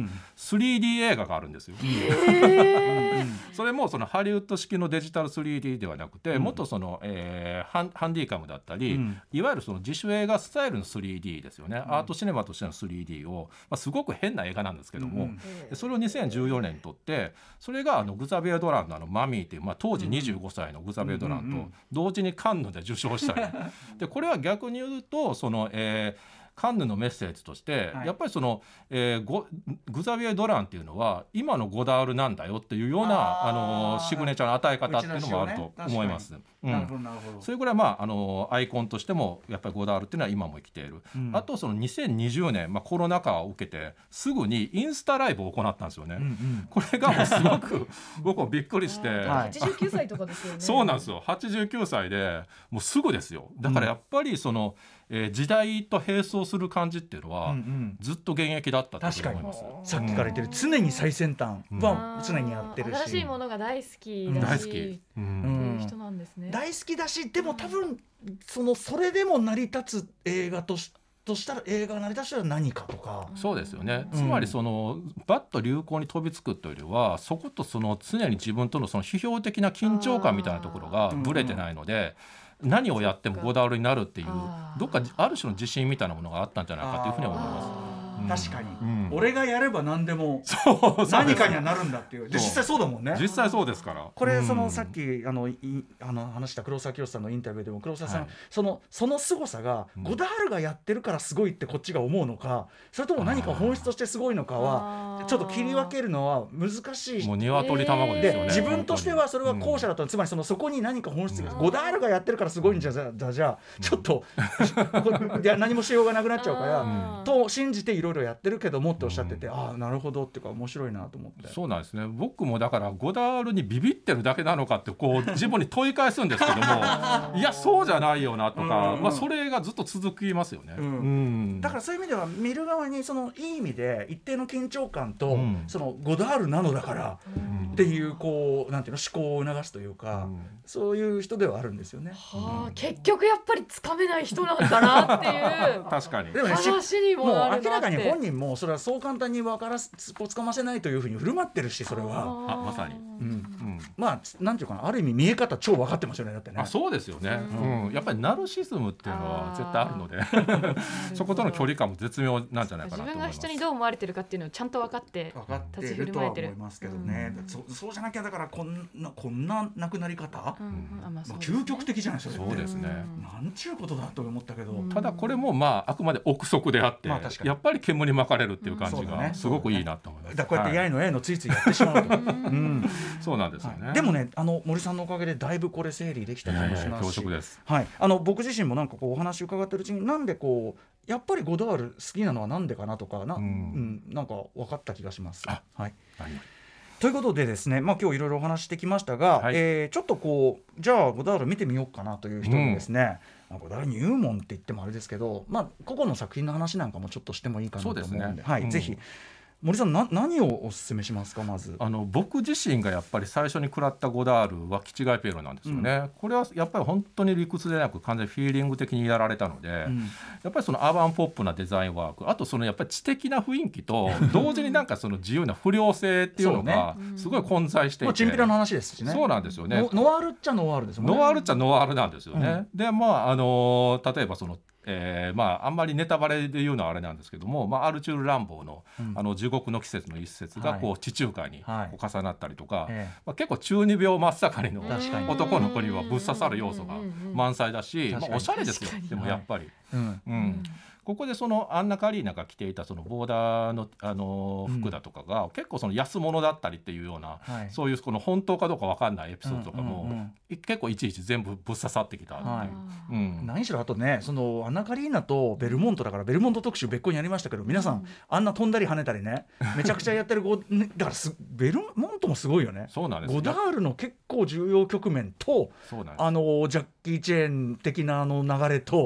3D 映画があるんですよ。それもそのハリウッド式のデジタル 3D ではなくて、もっとその、ハンディカムだったり、いわゆるその自主映画スタイルの 3D ですよね、アートシネマとしての 3D を、すごく変な映画なんですけども、それを2014年に撮って、それがグザビエ・ドランのマミーという、当時25歳のグザビエ・ドランと同時にカンヌで受賞したり、でこれは逆に言うとその、カンヌのメッセージとして、やっぱりその、グザビエ・ドランっていうのは今のゴダールなんだよっていうようなシグネチャーの与え方っていうのもあると思います。それぐらい、アイコンとしてもやっぱりゴダールっていうのは今も生きている、あとその2020年、コロナ禍を受けてすぐにインスタライブを行ったんですよね。これがもうすごく僕もびっくりして 89歳とかですよね。 そうなんですよ、89歳でもうすぐですよ。だからやっぱりその、時代と並走する感じっていうのは、ずっと現役だったと思います。 さっきから言ってる常に最先端は常にやってるし、 新しいものが大好きだし、っていう人なんですね。 大好きだし、でも多分それでも成り立つ映画としたら映画が成り立したら何かとか、 そうですよね。つまりそのバッと流行に飛びつくというよりは、そことその常に自分とのその批評的な緊張感みたいなところがぶれてないので、何をやってもゴダールになるっていうどっかある種の自信みたいなものがあったんじゃないかというふうに思います。 確かに、俺がやれば何でも何かにはなるんだっていう。で実際そうだもんね。 実際そうですから。 これそのさっき話した黒沢清さんのインタビューでも黒沢さん、その凄さがゴダールがやってるからすごいってこっちが思うのか、それとも何か本質としてすごいのかはちょっと切り分けるのは難しい。 もう鶏卵ですよね。 自分としてはそれは後者だった。つまりそこに何か本質が、ゴダールがやってるからすごいんじゃちょっと何もしようがなくなっちゃうからと信じていろいろやってるけどもっておっしゃってて、なるほどっていうか面白いなと思って。 そうなんですね。僕もだからゴダールにビビってるだけなのかってこう自分に問い返すんですけどもいやそうじゃないよなとか、それがずっと続きますよね。 だからそういう意味では見る側にそのいい意味で一定の緊張感と、そのゴダールなのだからっていうこうなんていうの思考を促すというか、そういう人ではあるんですよね。 結局やっぱりつかめない人なんだなっていう確かに。 でもね、 話にもなるなって。 もう明らかに本人もそれはそう簡単につかませないというふうに振る舞ってるし、それはまさに、 なんていうかな、ある意味見え方超分かってますよね。だってね。 そうですよね。やっぱりナルシズムっていうのは絶対あるのでそことの距離感も絶妙なんじゃないかなと思います。 自分が人にどう思われてるかっていうのをちゃんと分かって立ち振る舞えてるとは思いますけどね。そうじゃなきゃだからこんな亡くなり方、究極的じゃないですか。 そうですね。 なんちゅうことだと思ったけど、 ただこれもあくまで憶測であって、やっぱり煙に巻かれるっていう感じがすごくいいなと思います。 だからこうやってやいのついついやってしまうとそうなんですよね。 でもね、森さんのおかげでだいぶこれ整理できた気もしますし、 恐縮です。 僕自身もなんかこうお話伺ってるうちに、なんでこうやっぱりゴダール好きなのはなんでかなとかなんか分かった気がします。ということでですね、今日いろいろお話してきましたが、ちょっとこうじゃあゴダール見てみようかなという人にですね、ゴダール入門って言ってもあれですけど、個々の作品の話なんかもちょっとしてもいいかなと思うんで、ぜひ森さん何をお勧めしますか。まず僕自身がやっぱり最初に食らったゴダールはキチガイピエロなんですよね。これはやっぱり本当に理屈でなく完全にフィーリング的にやられたので、やっぱりそのアーバンポップなデザインワーク、あとそのやっぱり知的な雰囲気と同時になんかその自由な不良性っていうのがすごい混在していて、 チンピラの話ですしね。 そうなんですよね。 ノワールっちゃノワールですもんね。 ノワールっちゃノワールなんですよね。で例えばそのあんまりネタバレで言うのはあれなんですけども、アルチュール・ランボーの、地獄の季節の一節がこう地中海に重なったりとか、結構中二病真っ盛りの男の子にはぶっ刺さる要素が満載だし、おしゃれですよ。でもやっぱり、ここでそのアンナ・カリーナが着ていたそのボーダーの、服だとかが結構その安物だったりっていうような、そういうこの本当かどうか分かんないエピソードとかも、結構いちいち全部ぶっ刺さってきたっていう、 何しろあとね、そのアンナ・カリーナとベルモントだからベルモント特集別個にやりましたけど、皆さん、あんな飛んだり跳ねたりねめちゃくちゃやってるだからベルモントもすごいよね。 そうなんです。 ゴダールの結構重要局面とジャッキー・チェーン的な流れと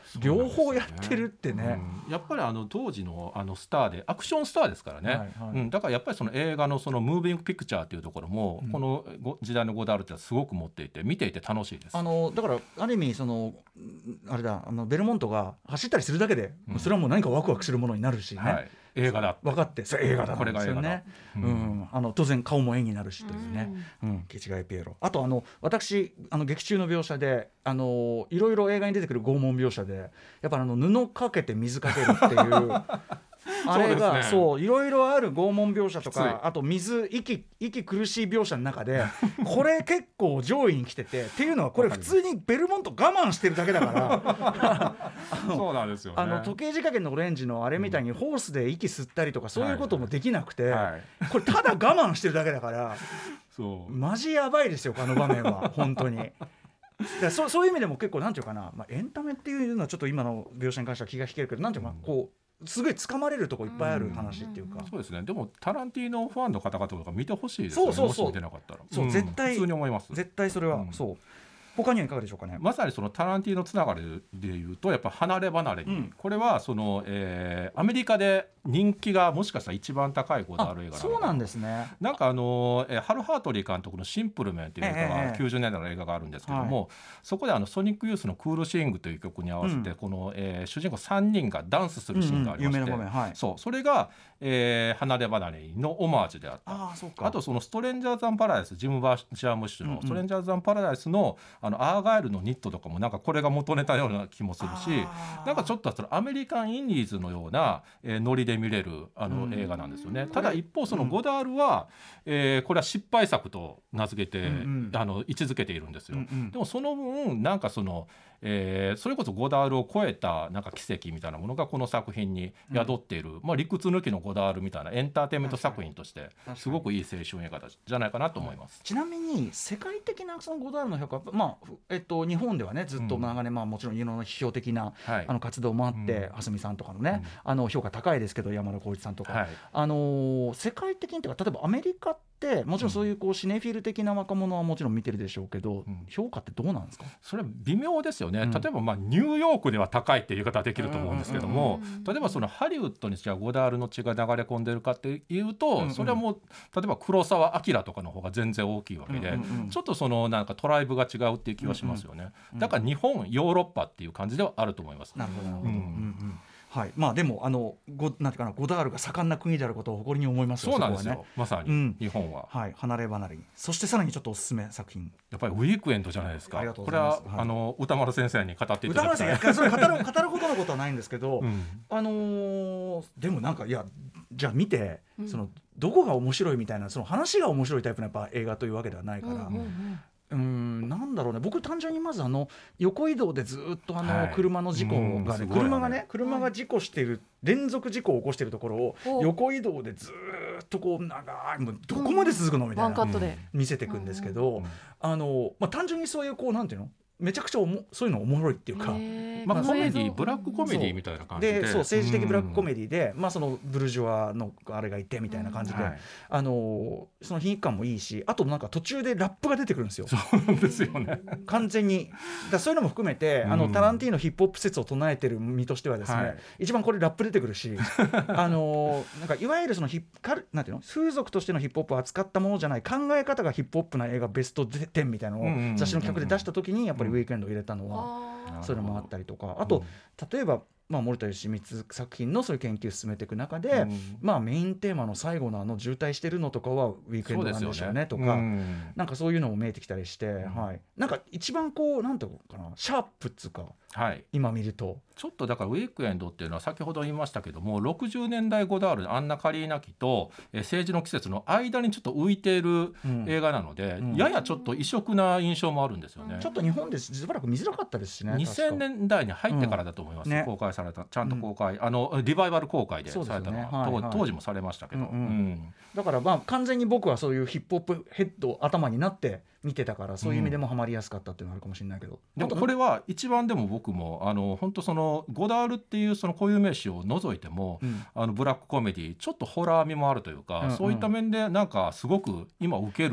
両方やってるってね、 やっぱり当時のスターでアクションスターですからね、だからやっぱりその映画のそのムービングピクチャーっていうところも、この時代のゴダールってすごく持っていて見ていて楽しいです。 だからある意味あれだベルモントが走ったりするだけで、それはもう何かワクワクするものになるしね、 映画だ分かってそれ映画だこれが映画だ、 当然顔も絵になるしというね、ケチガイピエロ。あと私劇中の描写でいろいろ映画に出てくる拷問描写でやっぱ布かけて水かけるっていうあれがそういろいろある拷問描写とか、あと息苦しい描写の中でこれ結構上位に来ててっていうのはこれ普通にベルモント我慢してるだけだからそうなんですよね。 時計仕掛けのオレンジのあれみたいにホースで息吸ったりとかそういうこともできなくて、これただ我慢してるだけだからマジやばいですよこの場面は本当に。そういう意味でも結構なんていうかな、エンタメっていうのはちょっと今の描写に関しては気が引けるけど、なんていうかこうすごい掴まれるとこいっぱいある話っていうか、 そうですね。でもタランティーノファンの方々とか見てほしいですよね。もし見てなかったら絶対普通に思います。 絶対それはそう。他にはいかがでしょうかね。 まさにそのタランティーノつながりでいうとやっぱ離れ離れに、これはその、アメリカで人気がもしかしたら一番高いゴダール映画そうなんですね。 なんかハル・ハートリー監督のシンプルメンっていう映画が90年代の映画があるんですけども、そこでソニックユースのクールシングという曲に合わせて、この、主人公3人がダンスするシーンがありまして、 有名な場面、 それが、離れ離れのオマージュであった。あとそのストレンジャーズ・アン・パラダイス、ジム・バーシャームッシュのストレンジャーズ・アン・パラダイスのアーガイルのニットとかもなんかこれが元ネタのような気もするし、なんかちょっとそのアメリカン・インディーズのような、ノリで見れる映画なんですよね。ただ一方そのゴダールは、これは失敗作と名付けて、位置づけているんですよ。でもその分なんかその、それこそゴダールを超えたなんか奇跡みたいなものがこの作品に宿っている、理屈抜きのゴダールみたいなエンターテインメント作品としてすごくいい青春映画じゃないかなと思います。 ちなみに世界的なそのゴダールの評価は、日本ではねずっと長年、もちろんいろんな批評的な、活動もあって、蓮見さんとかのね、評価高いですけど山田浩一さんとか、世界的にというか例えばアメリカってもちろんそういうこうシネフィル的な若者はもちろん見てるでしょうけど、評価ってどうなんですか？ それは微妙ですよね。例えばニューヨークでは高いっていう言い方はできると思うんですけども、例えばそのハリウッドにじゃあゴダールの血が流れ込んでるかっていうと、それはもう例えば黒澤明とかの方が全然大きいわけで、ちょっとそのなんかトライブが違うっていう気はしますよね。だから日本ヨーロッパっていう感じではあると思います。 なるほどなるほど。でもなんていうかな、ゴダールが盛んな国であることを誇りに思いますよ。 そうなんですよ、まさに、日本は、 離れ離れに。そしてさらにちょっとおすすめ作品、 やっぱりウィークエンドじゃないですか。これは、歌丸先生に語っていただきたい。 歌丸先生、それ語るほどのことはないんですけど、でもなんかじゃあ見て、どこが面白いみたいな、その話が面白いタイプのやっぱ映画というわけではないから。なんだろうね、僕単純にまず横移動でずっと車の事故がね、車が事故してる、連続事故を起こしてるところを横移動でずっとこう長い、もうどこまで続くのみたいな見せていくんですけど、単純にそういうこうなんていうの、めちゃくちゃそういうのおもろいっていうか、 コメディ、ブラックコメディみたいな感じで、 そう政治的ブラックコメディで、そのブルジョワのあれがいてみたいな感じで、その皮肉感もいいし、あとなんか途中でラップが出てくるんですよ。 そうなんですよね。 完全にそういうのも含めて、タランティーノヒップホップ説を唱えてる身としてはですね、一番これラップ出てくるし、なんかいわゆるそのなんていうの、風俗としてのヒップホップを扱ったものじゃない考え方がヒップホップな映画ベスト10みたいなのを雑誌の企画で出した時にやっぱりウィークエンドを入れたのはそれもあったりとか、あと例えば森田芳光作品のそういう研究を進めていく中で、メインテーマの最後の渋滞してるのとかはウィークエンドなんでしょうねとか、なんかそういうのも見えてきたりして、なんか一番こうなんていうかな、シャープっつうか、今見るとちょっとだからウィークエンドっていうのは先ほど言いましたけども、60年代ゴダール、アンナ・カリーナ期と政治の季節の間にちょっと浮いている映画なので、ややちょっと異色な印象もあるんですよね。 ちょっと日本でしばらく見づらかったですしね。 2000年代に入ってからだと思います、公開された、ちゃんと公開、リバイバル公開でされたのは、当時もされましたけど、 だから完全に僕はそういうヒップホップヘッド頭になって見てたから、そういう意味でもハマりやすかったっていうのがあるかもしれないけど、 でもこれは一番でも僕も本当そのゴダールっていうその固有名詞を除いても、ブラックコメディ、ちょっとホラー味もあるというか、そういった面でなんかすごく今受ける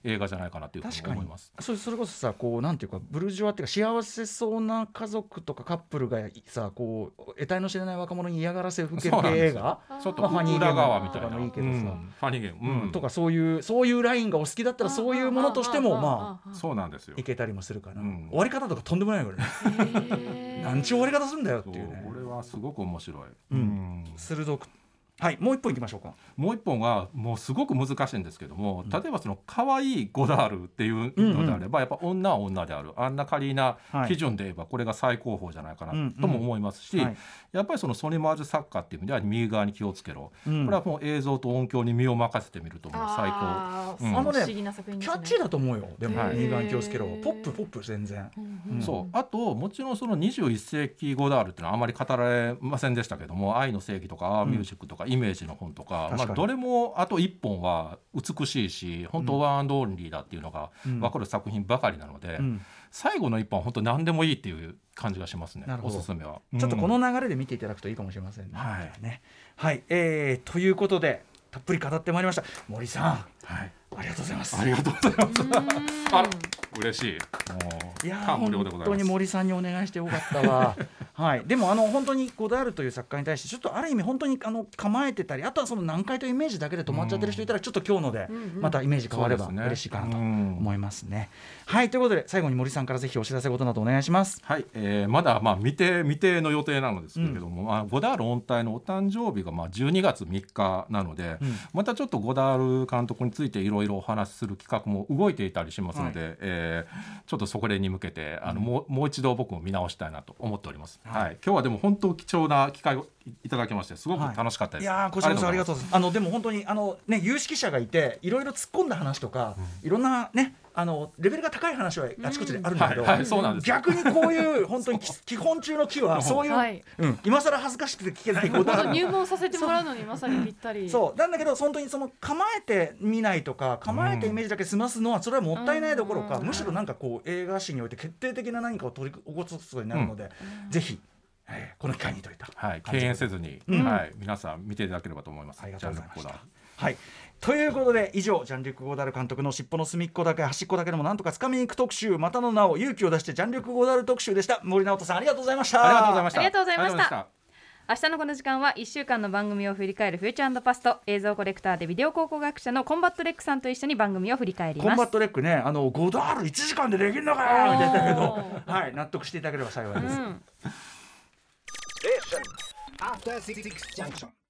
映画じゃないかなというふうに思います。 それこそさこうなんていうかブルジョワっていうか幸せそうな家族とかカップルがさこう得体の知れない若者に嫌がらせを受ける系映画ちょっと裏側みたいなのいいけどさ、 ファニーゲーム、 とかそういうラインがお好きだったらそういうものとしてもまあそうなんですよ、 いけたりもするから、終わり方とかとんでもないからねなんちゅう終わり方するんだよっていうね。 これはすごく面白い、 鋭く。はい、もう一本いきましょうか。 もう一本はもうすごく難しいんですけども、例えばその可愛いゴダールっていうのであれば、やっぱ女は女であるアンナ・カリーナ基準で言えばこれが最高峰じゃないかなとも思いますし、やっぱりそのソニマージュ作家っていう意味では右側に気をつけろ、これはもう映像と音響に身を任せてみるともう最高。 不思議な作品ですね。 キャッチーだと思うよ。でも右側に気をつけろ、ポップ全然、 そうあともちろんその21世紀ゴダールっていうのはあまり語られませんでしたけども、愛の正義とかアーミュージックとかイメージの本とか、どれもあと1本は美しいし本当ワンアンドオンリーだっていうのが分かる作品ばかりなので、最後の1本は本当何でもいいっていう感じがしますね。おすすめは、 ちょっとこの流れで見ていただくといいかもしれませんね。はい、ということでたっぷり語ってまいりました。森さん、ありがとうございます。 ありがとうございます。嬉しい。 いや本当に森さんにお願いしてよかったわはい、でも本当にゴダールという作家に対してちょっとある意味本当に構えてたり、あとはその難解というイメージだけで止まっちゃってる人いたら、ちょっと今日のでまたイメージ変われば嬉しいかなと思いますね。はい、ということで最後に森さんからぜひお知らせ事などお願いします。 はい、まだ未定の予定なのですけれども、ゴダール音体のお誕生日が12月3日なので、またちょっとゴダール監督についていろいろお話しする企画も動いていたりしますので、ちょっとそこに向けてもう一度僕も見直したいなと思っております。はい、今日はでも本当貴重な機会をいただきましてすごく楽しかったです。 いやこちらこそありがとうございます。でも本当に有識者がいていろいろ突っ込んだ話とか、いろんなねレベルが高い話はあちこちであるんだけど、逆にこういう本当に基本中の木はそういう、今更恥ずかしくて聞けないことは入門させてもらうのにまさにぴったり。 そうなんだけど本当にその構えてみないとか構えてイメージだけ済ますのはそれはもったいないどころか、むしろなんかこう映画史において決定的な何かを取り起こすことになるので、ぜひこの機会にといった敬遠せずに、皆さん見ていただければと思います。 ありがとうございました。はい、ということで以上ジャンリュック・ゴダール監督の尻尾の隅っこだけ端っこだけでもなんとかつかみに行く特集、またの名を勇気を出してジャンリュック・ゴダール特集でした。森直人さんありがとうございました。 ありがとうございました。明日のこの時間は1週間の番組を振り返るフューチャー&パスト、映像コレクターでビデオ考古学者のコンバットレックさんと一緒に番組を振り返ります。 コンバットレックね、ゴダール1時間でできるのかよみたいだけど、はい、納得していただければ幸いです。After 66 junction.